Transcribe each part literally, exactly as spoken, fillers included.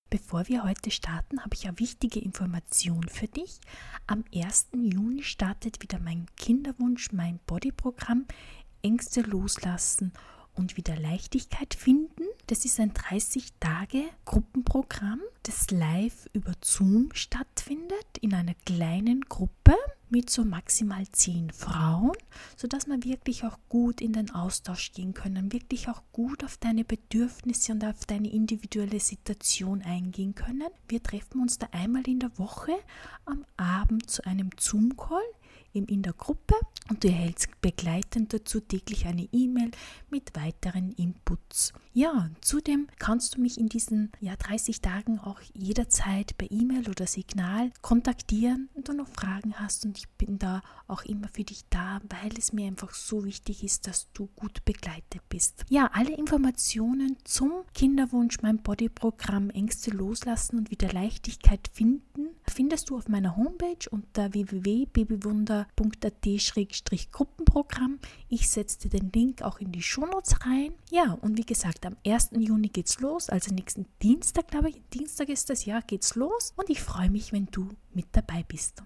Bevor wir heute starten, habe ich eine wichtige Information für dich. Am ersten Juni startet wieder mein Kinderwunsch, mein Bodyprogramm Ängste loslassen und wieder Leichtigkeit finden. Das ist ein dreißig Tage Gruppenprogramm, das live über Zoom stattfindet in einer kleinen Gruppe mit so maximal zehn Frauen, sodass wir wirklich auch gut in den Austausch gehen können, wirklich auch gut auf deine Bedürfnisse und auf deine individuelle Situation eingehen können. Wir treffen uns da einmal in der Woche am Abend zu einem Zoom-Call in der Gruppe und du erhältst begleitend dazu täglich eine E-Mail mit weiteren Inputs. Ja, zudem kannst du mich in diesen ja, dreißig Tagen auch jederzeit per E-Mail oder Signal kontaktieren, wenn du noch Fragen hast, und ich bin da auch immer für dich da, weil es mir einfach so wichtig ist, dass du gut begleitet bist. Ja, alle Informationen zum Kinderwunsch, mein Bodyprogramm Ängste loslassen und wieder Leichtigkeit finden, findest du auf meiner Homepage unter w w w punkt babywunder punkt a t slash gruppenprogramm. Ich setze dir den Link auch in die Shownotes rein. Ja, und wie gesagt, am ersten Juni geht's los, also nächsten Dienstag, glaube ich, Dienstag ist das Jahr, geht's los, und ich freue mich, wenn du mit dabei bist.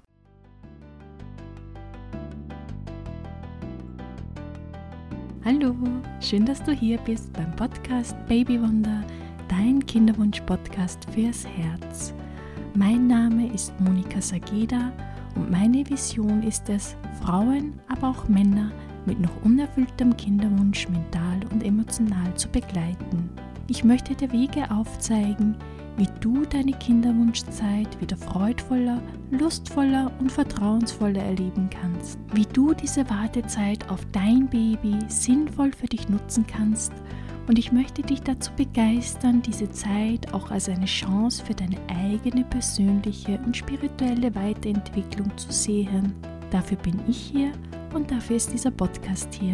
Hallo, schön, dass du hier bist beim Podcast Babywunder, dein Kinderwunsch-Podcast fürs Herz. Mein Name ist Monika Sageda und meine Vision ist es, Frauen, aber auch Männer mit noch unerfülltem Kinderwunsch mental und emotional zu begleiten. Ich möchte dir Wege aufzeigen, wie du deine Kinderwunschzeit wieder freudvoller, lustvoller und vertrauensvoller erleben kannst. Wie du diese Wartezeit auf dein Baby sinnvoll für dich nutzen kannst. Und ich möchte dich dazu begeistern, diese Zeit auch als eine Chance für deine eigene persönliche und spirituelle Weiterentwicklung zu sehen. Dafür bin ich hier und dafür ist dieser Podcast hier.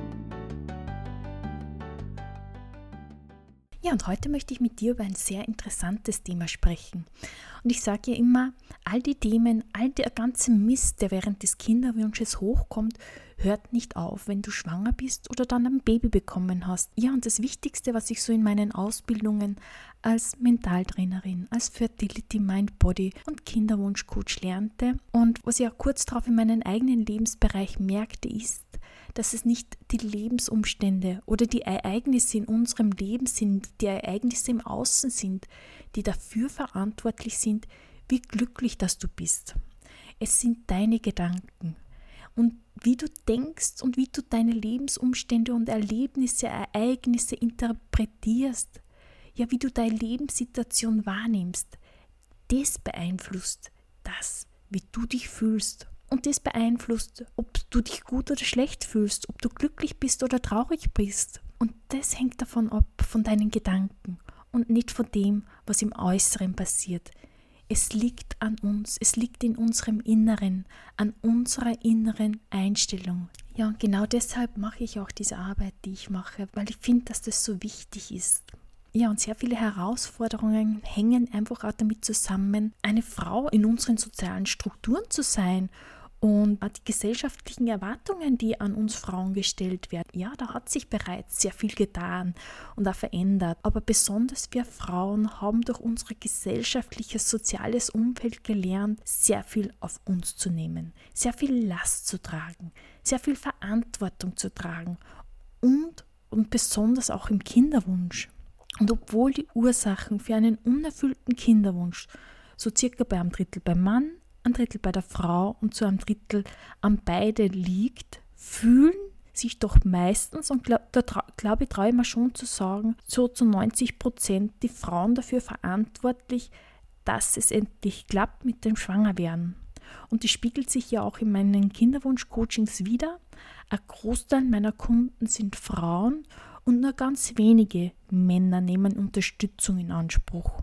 Ja, und heute möchte ich mit dir über ein sehr interessantes Thema sprechen. Und ich sage ja immer, all die Themen, all der ganze Mist, der während des Kinderwunsches hochkommt, hört nicht auf, wenn du schwanger bist oder dann ein Baby bekommen hast. Ja, und das Wichtigste, was ich so in meinen Ausbildungen als Mentaltrainerin, als Fertility Mind Body und Kinderwunschcoach lernte und was ich auch kurz darauf in meinen eigenen Lebensbereich merkte, ist, dass es nicht die Lebensumstände oder die Ereignisse in unserem Leben sind, die Ereignisse im Außen sind, die dafür verantwortlich sind, wie glücklich dass du bist. Es sind deine Gedanken. Und wie du denkst und wie du deine Lebensumstände und Erlebnisse, Ereignisse interpretierst, ja, wie du deine Lebenssituation wahrnimmst, das beeinflusst das, wie du dich fühlst. Und das beeinflusst, ob du dich gut oder schlecht fühlst, ob du glücklich bist oder traurig bist. Und das hängt davon ab, von deinen Gedanken und nicht von dem, was im Äußeren passiert. Es liegt an uns, es liegt in unserem Inneren, an unserer inneren Einstellung. Ja, und genau deshalb mache ich auch diese Arbeit, die ich mache, weil ich finde, dass das so wichtig ist. Ja, und sehr viele Herausforderungen hängen einfach auch damit zusammen, eine Frau in unseren sozialen Strukturen zu sein. Und die gesellschaftlichen Erwartungen, die an uns Frauen gestellt werden, ja, da hat sich bereits sehr viel getan und auch verändert. Aber besonders wir Frauen haben durch unser gesellschaftliches, soziales Umfeld gelernt, sehr viel auf uns zu nehmen, sehr viel Last zu tragen, sehr viel Verantwortung zu tragen und, und besonders auch im Kinderwunsch. Und obwohl die Ursachen für einen unerfüllten Kinderwunsch so circa bei einem Drittel beim Mann, ein Drittel bei der Frau und zu einem Drittel an beide liegt, fühlen sich doch meistens, und glaub, da tra- glaube ich, traue ich mir schon zu sagen, so zu neunzig Prozent die Frauen dafür verantwortlich, dass es endlich klappt mit dem Schwangerwerden. Und das spiegelt sich ja auch in meinen Kinderwunsch-Coachings wieder. Ein Großteil meiner Kunden sind Frauen und nur ganz wenige Männer nehmen Unterstützung in Anspruch.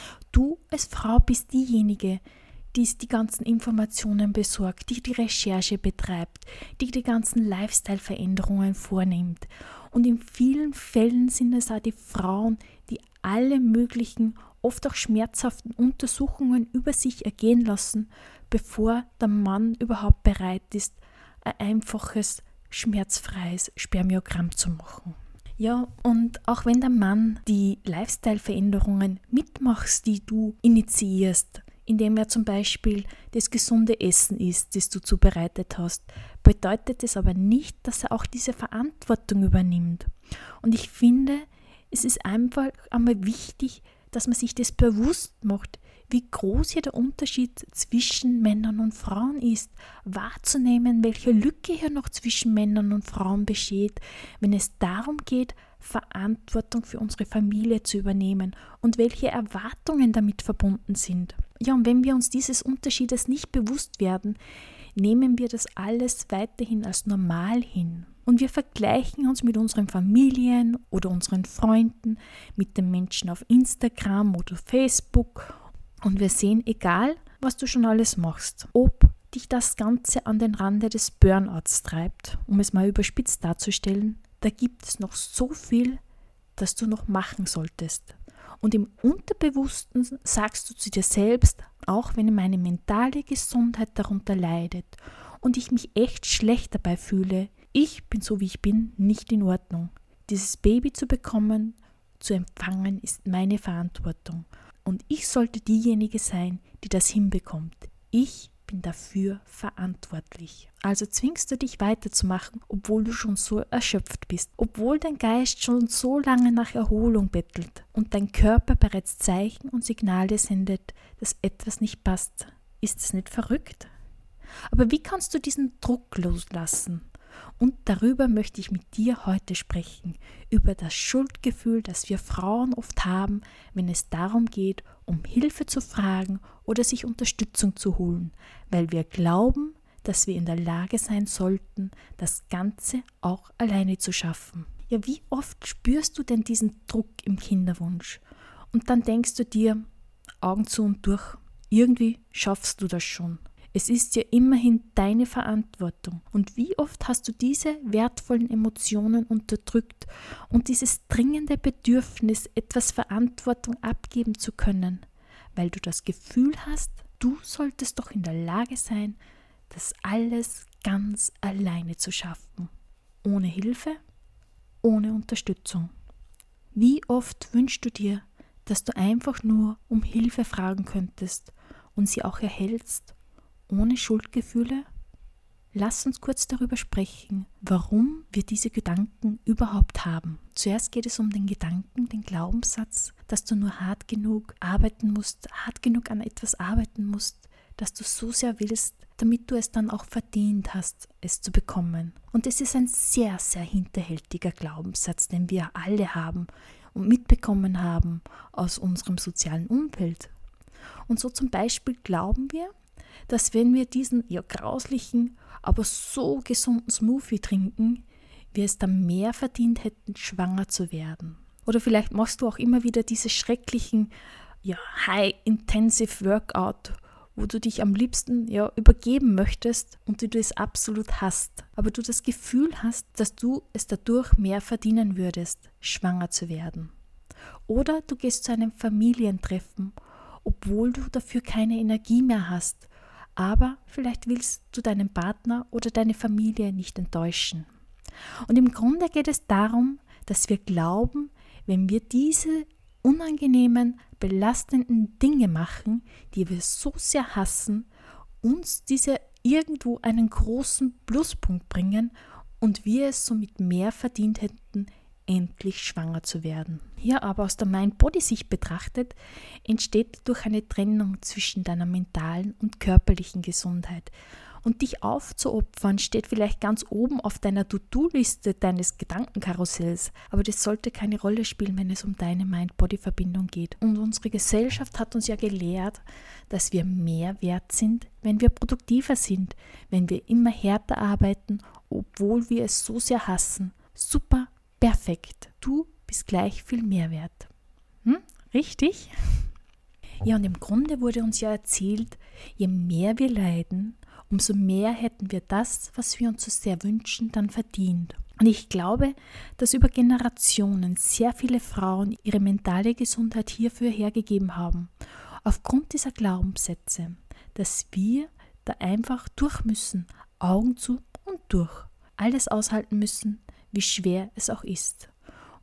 Du als Frau bist diejenige, die die ganzen Informationen besorgt, die die Recherche betreibt, die die ganzen Lifestyle-Veränderungen vornimmt. Und in vielen Fällen sind es auch die Frauen, die alle möglichen, oft auch schmerzhaften Untersuchungen über sich ergehen lassen, bevor der Mann überhaupt bereit ist, ein einfaches, schmerzfreies Spermiogramm zu machen. Ja, und auch wenn der Mann die Lifestyle-Veränderungen mitmachst, die du initiierst, indem er zum Beispiel das gesunde Essen isst, das du zubereitet hast, bedeutet es aber nicht, dass er auch diese Verantwortung übernimmt. Und ich finde, es ist einfach einmal wichtig, dass man sich das bewusst macht, wie groß hier der Unterschied zwischen Männern und Frauen ist, wahrzunehmen, welche Lücke hier noch zwischen Männern und Frauen besteht, wenn es darum geht, Verantwortung für unsere Familie zu übernehmen und welche Erwartungen damit verbunden sind. Ja, und wenn wir uns dieses Unterschiedes nicht bewusst werden, nehmen wir das alles weiterhin als normal hin. Und wir vergleichen uns mit unseren Familien oder unseren Freunden, mit den Menschen auf Instagram oder Facebook. Und wir sehen, egal was du schon alles machst, ob dich das Ganze an den Rande des Burnouts treibt, um es mal überspitzt darzustellen, da gibt es noch so viel, das du noch machen solltest. Und im Unterbewussten sagst du zu dir selbst, auch wenn meine mentale Gesundheit darunter leidet und ich mich echt schlecht dabei fühle, ich bin so wie ich bin nicht in Ordnung. Dieses Baby zu bekommen, zu empfangen, ist meine Verantwortung. Und ich sollte diejenige sein, die das hinbekommt. Ich bin dafür verantwortlich. Also zwingst du dich weiterzumachen, obwohl du schon so erschöpft bist, obwohl dein Geist schon so lange nach Erholung bettelt und dein Körper bereits Zeichen und Signale sendet, dass etwas nicht passt. Ist es nicht verrückt? Aber wie kannst du diesen Druck loslassen? Und darüber möchte ich mit dir heute sprechen, über das Schuldgefühl, das wir Frauen oft haben, wenn es darum geht, um Hilfe zu fragen oder sich Unterstützung zu holen, weil wir glauben, dass wir in der Lage sein sollten, das Ganze auch alleine zu schaffen. Ja, wie oft spürst du denn diesen Druck im Kinderwunsch? Und dann denkst du dir, Augen zu und durch, irgendwie schaffst du das schon. Es ist ja immerhin deine Verantwortung. Und wie oft hast du diese wertvollen Emotionen unterdrückt und dieses dringende Bedürfnis, etwas Verantwortung abgeben zu können, weil du das Gefühl hast, du solltest doch in der Lage sein, das alles ganz alleine zu schaffen. Ohne Hilfe, ohne Unterstützung. Wie oft wünschst du dir, dass du einfach nur um Hilfe fragen könntest und sie auch erhältst, ohne Schuldgefühle? Lass uns kurz darüber sprechen, warum wir diese Gedanken überhaupt haben. Zuerst geht es um den Gedanken, den Glaubenssatz, dass du nur hart genug arbeiten musst, hart genug an etwas arbeiten musst, dass du so sehr willst, damit du es dann auch verdient hast, es zu bekommen. Und es ist ein sehr, sehr hinterhältiger Glaubenssatz, den wir alle haben und mitbekommen haben aus unserem sozialen Umfeld. Und so zum Beispiel glauben wir, dass wenn wir diesen ja grauslichen, aber so gesunden Smoothie trinken, wir es dann mehr verdient hätten, schwanger zu werden. Oder vielleicht machst du auch immer wieder diese schrecklichen ja, High-Intensive Workout, wo du dich am liebsten ja, übergeben möchtest und du das absolut hasst. Aber du das Gefühl hast, dass du es dadurch mehr verdienen würdest, schwanger zu werden. Oder du gehst zu einem Familientreffen, obwohl du dafür keine Energie mehr hast, aber vielleicht willst du deinen Partner oder deine Familie nicht enttäuschen. Und im Grunde geht es darum, dass wir glauben, wenn wir diese unangenehmen, belastenden Dinge machen, die wir so sehr hassen, uns diese irgendwo einen großen Pluspunkt bringen und wir es somit mehr verdient hätten, endlich schwanger zu werden. Hier aber aus der Mind-Body-Sicht betrachtet, entsteht durch eine Trennung zwischen deiner mentalen und körperlichen Gesundheit. Und dich aufzuopfern steht vielleicht ganz oben auf deiner To-Do-Liste deines Gedankenkarussells, aber das sollte keine Rolle spielen, wenn es um deine Mind-Body-Verbindung geht. Und unsere Gesellschaft hat uns ja gelehrt, dass wir mehr wert sind, wenn wir produktiver sind, wenn wir immer härter arbeiten, obwohl wir es so sehr hassen. Super, perfekt. Du bist gleich viel mehr wert. Hm? Richtig? Ja, und im Grunde wurde uns ja erzählt, je mehr wir leiden, umso mehr hätten wir das, was wir uns so sehr wünschen, dann verdient. Und ich glaube, dass über Generationen sehr viele Frauen ihre mentale Gesundheit hierfür hergegeben haben. Aufgrund dieser Glaubenssätze, dass wir da einfach durch müssen, Augen zu und durch. Alles aushalten müssen, wie schwer es auch ist.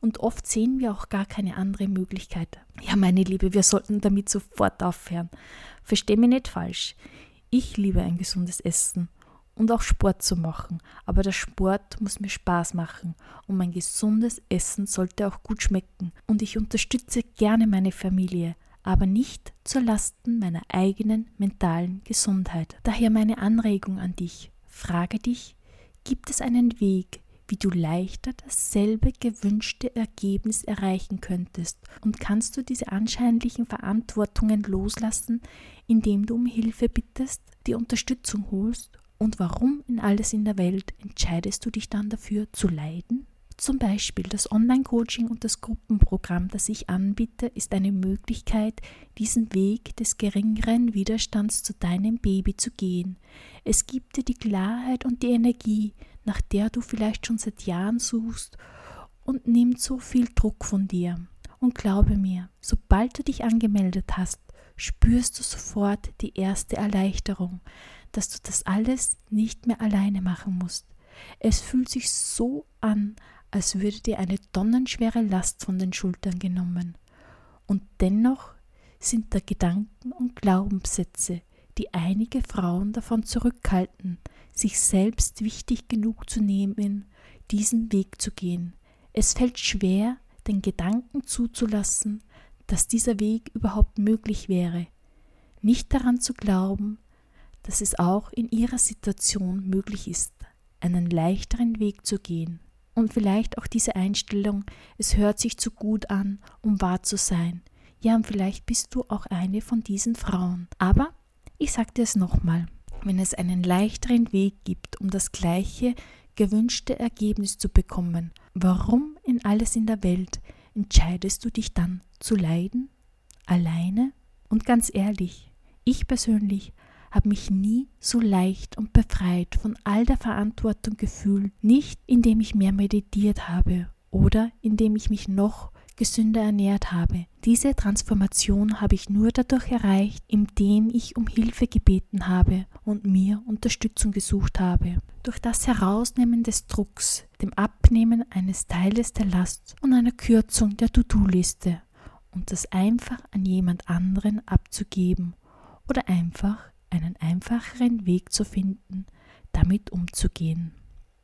Und oft sehen wir auch gar keine andere Möglichkeit. Ja, meine Liebe, wir sollten damit sofort aufhören. Versteh mich nicht falsch. Ich liebe ein gesundes Essen und auch Sport zu machen. Aber der Sport muss mir Spaß machen. Und mein gesundes Essen sollte auch gut schmecken. Und ich unterstütze gerne meine Familie, aber nicht zu Lasten meiner eigenen mentalen Gesundheit. Daher meine Anregung an dich. Frage dich, gibt es einen Weg, wie du leichter dasselbe gewünschte Ergebnis erreichen könntest? Und kannst du diese anscheinlichen Verantwortungen loslassen, indem du um Hilfe bittest, die Unterstützung holst? Und warum in alles in der Welt entscheidest du dich dann dafür zu leiden? Zum Beispiel das Online-Coaching und das Gruppenprogramm, das ich anbiete, ist eine Möglichkeit, diesen Weg des geringeren Widerstands zu deinem Baby zu gehen. Es gibt dir die Klarheit und die Energie, nach der du vielleicht schon seit Jahren suchst, und nimmt so viel Druck von dir. Und glaube mir, sobald du dich angemeldet hast, spürst du sofort die erste Erleichterung, dass du das alles nicht mehr alleine machen musst. Es fühlt sich so an, als würde dir eine tonnenschwere Last von den Schultern genommen. Und dennoch sind da Gedanken und Glaubenssätze, die einige Frauen davon zurückhalten, sich selbst wichtig genug zu nehmen, diesen Weg zu gehen. Es fällt schwer, den Gedanken zuzulassen, dass dieser Weg überhaupt möglich wäre. Nicht daran zu glauben, dass es auch in ihrer Situation möglich ist, einen leichteren Weg zu gehen. Und vielleicht auch diese Einstellung, es hört sich zu gut an, um wahr zu sein. Ja, und vielleicht bist du auch eine von diesen Frauen. Aber ich sage dir es nochmal, wenn es einen leichteren Weg gibt, um das gleiche gewünschte Ergebnis zu bekommen, warum in alles in der Welt entscheidest du dich dann zu leiden? Alleine? Und ganz ehrlich, ich persönlich habe mich nie so leicht und befreit von all der Verantwortung gefühlt, nicht indem ich mehr meditiert habe oder indem ich mich noch gesünder ernährt habe. Diese Transformation habe ich nur dadurch erreicht, indem ich um Hilfe gebeten habe und mir Unterstützung gesucht habe. Durch das Herausnehmen des Drucks, dem Abnehmen eines Teiles der Last und einer Kürzung der To-Do-Liste und das einfach an jemand anderen abzugeben oder einfach einen einfacheren Weg zu finden, damit umzugehen.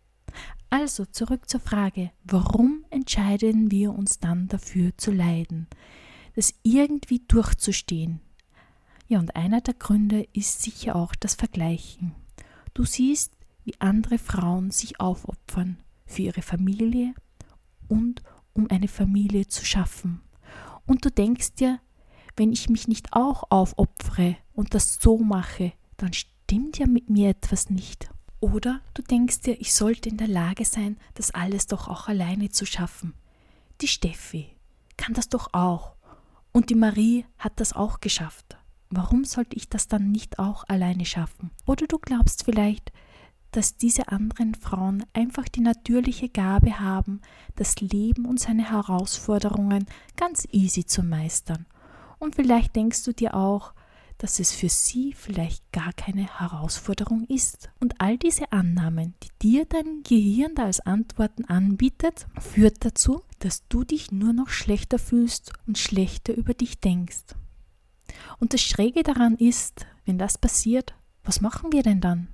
Also zurück zur Frage, warum entscheiden wir uns dann dafür zu leiden, das irgendwie durchzustehen? Ja, und einer der Gründe ist sicher auch das Vergleichen. Du siehst, wie andere Frauen sich aufopfern für ihre Familie und um eine Familie zu schaffen. Und du denkst dir, wenn ich mich nicht auch aufopfere und das so mache, dann stimmt ja mit mir etwas nicht. Oder du denkst dir, ich sollte in der Lage sein, das alles doch auch alleine zu schaffen. Die Steffi kann das doch auch. Und die Marie hat das auch geschafft. Warum sollte ich das dann nicht auch alleine schaffen? Oder du glaubst vielleicht, dass diese anderen Frauen einfach die natürliche Gabe haben, das Leben und seine Herausforderungen ganz easy zu meistern. Und vielleicht denkst du dir auch, dass es für sie vielleicht gar keine Herausforderung ist. Und all diese Annahmen, die dir dein Gehirn da als Antworten anbietet, führt dazu, dass du dich nur noch schlechter fühlst und schlechter über dich denkst. Und das Schräge daran ist, wenn das passiert, was machen wir denn dann?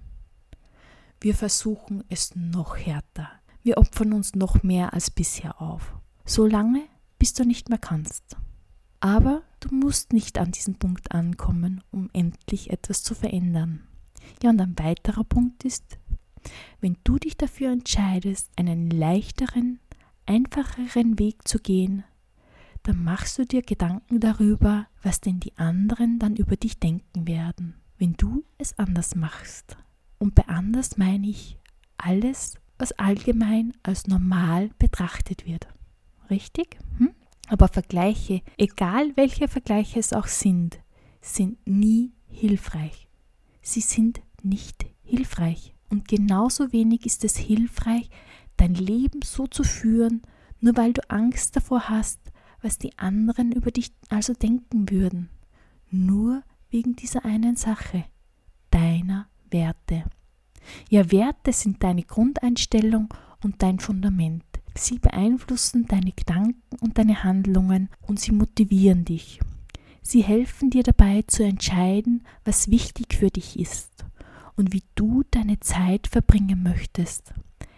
Wir versuchen es noch härter. Wir opfern uns noch mehr als bisher auf. So lange, bis du nicht mehr kannst. Aber du musst nicht an diesen Punkt ankommen, um endlich etwas zu verändern. Ja, und ein weiterer Punkt ist, wenn du dich dafür entscheidest, einen leichteren, einfacheren Weg zu gehen, dann machst du dir Gedanken darüber, was denn die anderen dann über dich denken werden, wenn du es anders machst. Und bei anders meine ich alles, was allgemein als normal betrachtet wird. Richtig? Hm? Aber Vergleiche, egal welche Vergleiche es auch sind, sind nie hilfreich. Sie sind nicht hilfreich. Und genauso wenig ist es hilfreich, dein Leben so zu führen, nur weil du Angst davor hast, was die anderen über dich also denken würden. Nur wegen dieser einen Sache, deiner Werte. Ja, Werte sind deine Grundeinstellung und dein Fundament. Sie beeinflussen deine Gedanken und deine Handlungen und sie motivieren dich. Sie helfen dir dabei zu entscheiden, was wichtig für dich ist und wie du deine Zeit verbringen möchtest.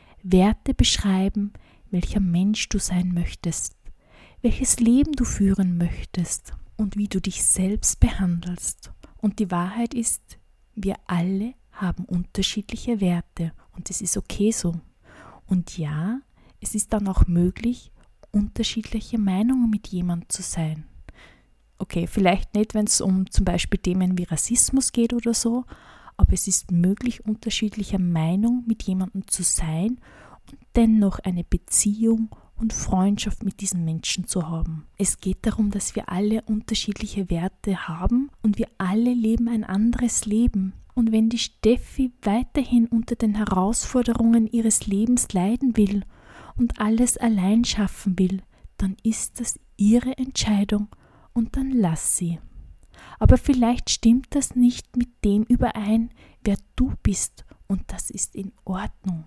Werte beschreiben, welcher Mensch du sein möchtest, welches Leben du führen möchtest und wie du dich selbst behandelst. Und die Wahrheit ist, wir alle haben unterschiedliche Werte und es ist okay so. Und ja, es ist dann auch möglich, unterschiedliche Meinungen mit jemandem zu sein. Okay, vielleicht nicht, wenn es um zum Beispiel Themen wie Rassismus geht oder so, aber es ist möglich, unterschiedlicher Meinung mit jemandem zu sein und dennoch eine Beziehung und Freundschaft mit diesen Menschen zu haben. Es geht darum, dass wir alle unterschiedliche Werte haben und wir alle leben ein anderes Leben. Und wenn die Steffi weiterhin unter den Herausforderungen ihres Lebens leiden will und alles allein schaffen will, dann ist das ihre Entscheidung und dann lass sie. Aber vielleicht stimmt das nicht mit dem überein, wer du bist und das ist in Ordnung.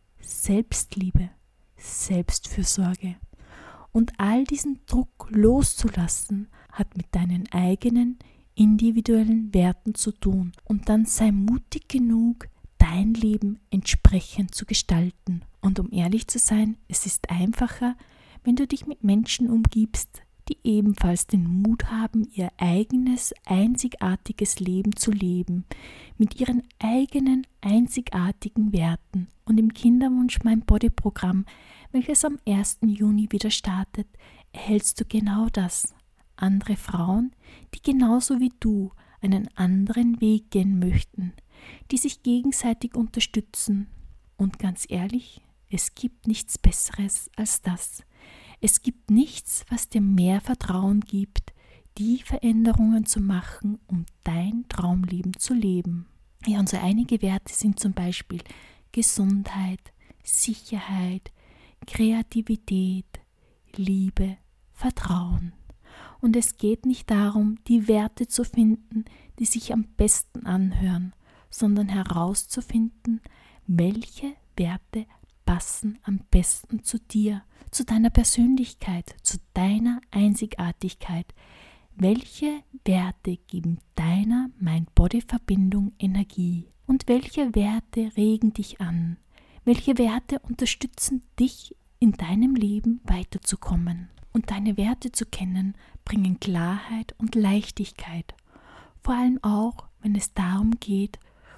Selbstliebe, Selbstfürsorge und all diesen Druck loszulassen, hat mit deinen eigenen individuellen Werten zu tun und dann sei mutig genug, dein Leben entsprechend zu gestalten. Und um ehrlich zu sein, es ist einfacher, wenn du dich mit Menschen umgibst, die ebenfalls den Mut haben, ihr eigenes, einzigartiges Leben zu leben, mit ihren eigenen, einzigartigen Werten. Und im Kinderwunsch Mein Body-Programm, welches am ersten Juni wieder startet, erhältst du genau das. Andere Frauen, die genauso wie du einen anderen Weg gehen möchten, die sich gegenseitig unterstützen. Und ganz ehrlich, es gibt nichts Besseres als das. Es gibt nichts, was dir mehr Vertrauen gibt, die Veränderungen zu machen, um dein Traumleben zu leben. Ja, und so einige Werte sind zum Beispiel Gesundheit, Sicherheit, Kreativität, Liebe, Vertrauen. Und es geht nicht darum, die Werte zu finden, die sich am besten anhören, sondern herauszufinden, welche Werte passen am besten zu dir, zu deiner Persönlichkeit, zu deiner Einzigartigkeit. Welche Werte geben deiner Mind-Body-Verbindung Energie? Und welche Werte regen dich an? Welche Werte unterstützen dich, in deinem Leben weiterzukommen? Und deine Werte zu kennen, bringen Klarheit und Leichtigkeit. Vor allem auch, wenn es darum geht,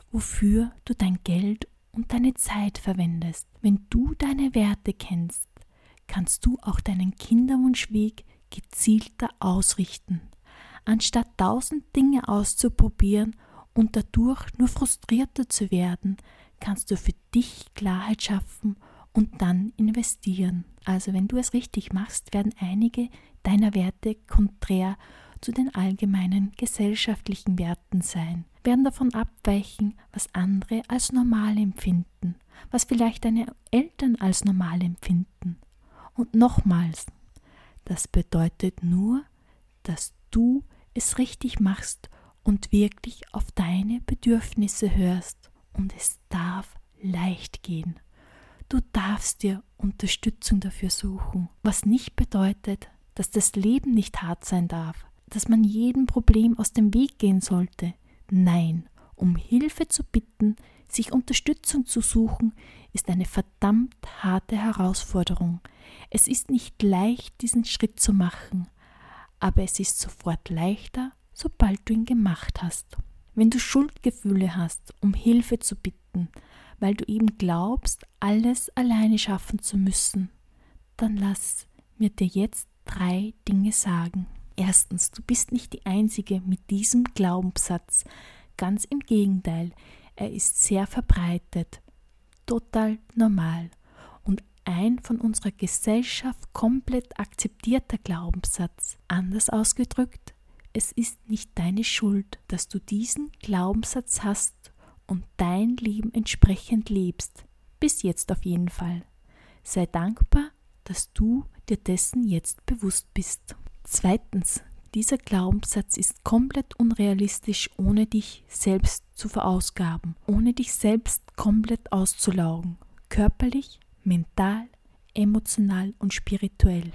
wofür du dein Geld und deine Zeit verwendest. Wenn du deine Werte kennst, kannst du auch deinen Kinderwunschweg gezielter ausrichten. Anstatt tausend Dinge auszuprobieren und dadurch nur frustrierter zu werden, kannst du für dich Klarheit schaffen und dann investieren. Also wenn du es richtig machst, werden einige deiner Werte konträr zu den allgemeinen gesellschaftlichen Werten sein, werden davon abweichen, was andere als normal empfinden, was vielleicht deine Eltern als normal empfinden. Und nochmals, das bedeutet nur, dass du es richtig machst und wirklich auf deine Bedürfnisse hörst. Und es darf leicht gehen. Du darfst dir Unterstützung dafür suchen, was nicht bedeutet, dass das Leben nicht hart sein darf, dass man jedem Problem aus dem Weg gehen sollte. Nein, um Hilfe zu bitten, sich Unterstützung zu suchen, ist eine verdammt harte Herausforderung. Es ist nicht leicht, diesen Schritt zu machen, aber es ist sofort leichter, sobald du ihn gemacht hast. Wenn du Schuldgefühle hast, um Hilfe zu bitten, weil du eben glaubst, alles alleine schaffen zu müssen, dann lass mir dir jetzt drei Dinge sagen. Erstens, du bist nicht die Einzige mit diesem Glaubenssatz. Ganz im Gegenteil, er ist sehr verbreitet, total normal und ein von unserer Gesellschaft komplett akzeptierter Glaubenssatz. Anders ausgedrückt, es ist nicht deine Schuld, dass du diesen Glaubenssatz hast und dein Leben entsprechend lebst. Bis jetzt auf jeden Fall. Sei dankbar, dass du dir dessen jetzt bewusst bist. Zweitens, dieser Glaubenssatz ist komplett unrealistisch, ohne dich selbst zu verausgaben, ohne dich selbst komplett auszulaugen, körperlich, mental, emotional und spirituell.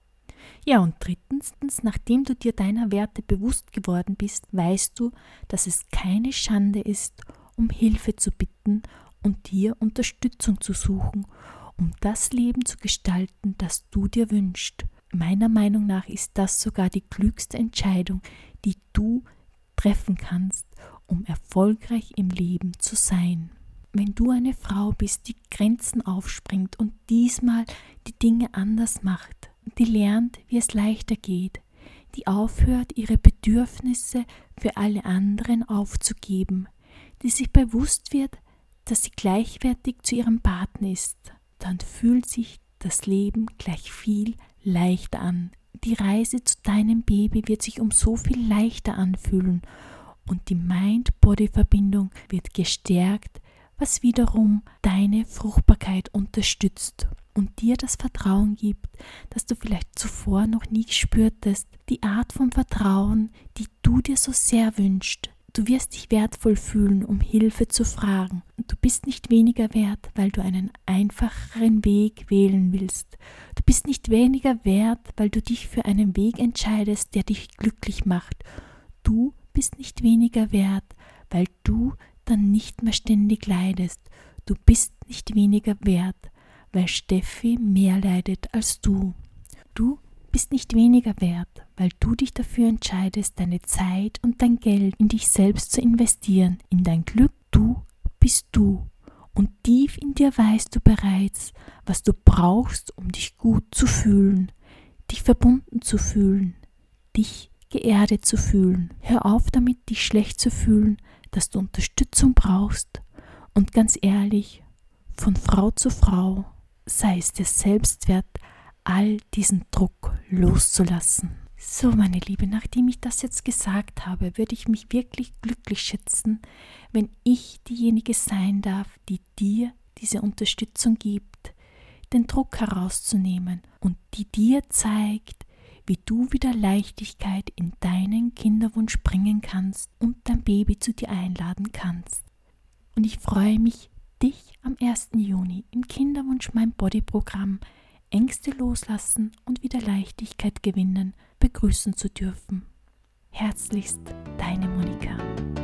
Ja, und drittens, nachdem du dir deiner Werte bewusst geworden bist, weißt du, dass es keine Schande ist, um Hilfe zu bitten und dir Unterstützung zu suchen, um das Leben zu gestalten, das du dir wünschst. Meiner Meinung nach ist das sogar die klügste Entscheidung, die du treffen kannst, um erfolgreich im Leben zu sein. Wenn du eine Frau bist, die Grenzen aufspringt und diesmal die Dinge anders macht, die lernt, wie es leichter geht, die aufhört, ihre Bedürfnisse für alle anderen aufzugeben, die sich bewusst wird, dass sie gleichwertig zu ihrem Partner ist, dann fühlt sich das Leben gleich viel leichter an. Die Reise zu deinem Baby wird sich um so viel leichter anfühlen und die Mind-Body-Verbindung wird gestärkt, was wiederum deine Fruchtbarkeit unterstützt und dir das Vertrauen gibt, das du vielleicht zuvor noch nie gespürtest. Die Art von Vertrauen, die du dir so sehr wünschst. Du wirst dich wertvoll fühlen, um Hilfe zu fragen. Du bist nicht weniger wert, weil du einen einfacheren Weg wählen willst. Du bist nicht weniger wert, weil du dich für einen Weg entscheidest, der dich glücklich macht. Du bist nicht weniger wert, weil du dann nicht mehr ständig leidest. Du bist nicht weniger wert, weil Steffi mehr leidet als du. Du bist nicht weniger wert, weil du dich dafür entscheidest, deine Zeit und dein Geld in dich selbst zu investieren, in dein Glück. Du bist du und tief in dir weißt du bereits, was du brauchst, um dich gut zu fühlen, dich verbunden zu fühlen, dich geerdet zu fühlen. Hör auf damit, dich schlecht zu fühlen, dass du Unterstützung brauchst und ganz ehrlich, von Frau zu Frau sei es dir selbst wert, all diesen Druck loszulassen. So, meine Liebe, nachdem ich das jetzt gesagt habe, würde ich mich wirklich glücklich schätzen, wenn ich diejenige sein darf, die dir diese Unterstützung gibt, den Druck herauszunehmen und die dir zeigt, wie du wieder Leichtigkeit in deinen Kinderwunsch bringen kannst und dein Baby zu dir einladen kannst. Und ich freue mich, dich am ersten Juni im Kinderwunsch Mind Body Programm Ängste loslassen und wieder Leichtigkeit gewinnen begrüßen zu dürfen. Herzlichst, deine Monika.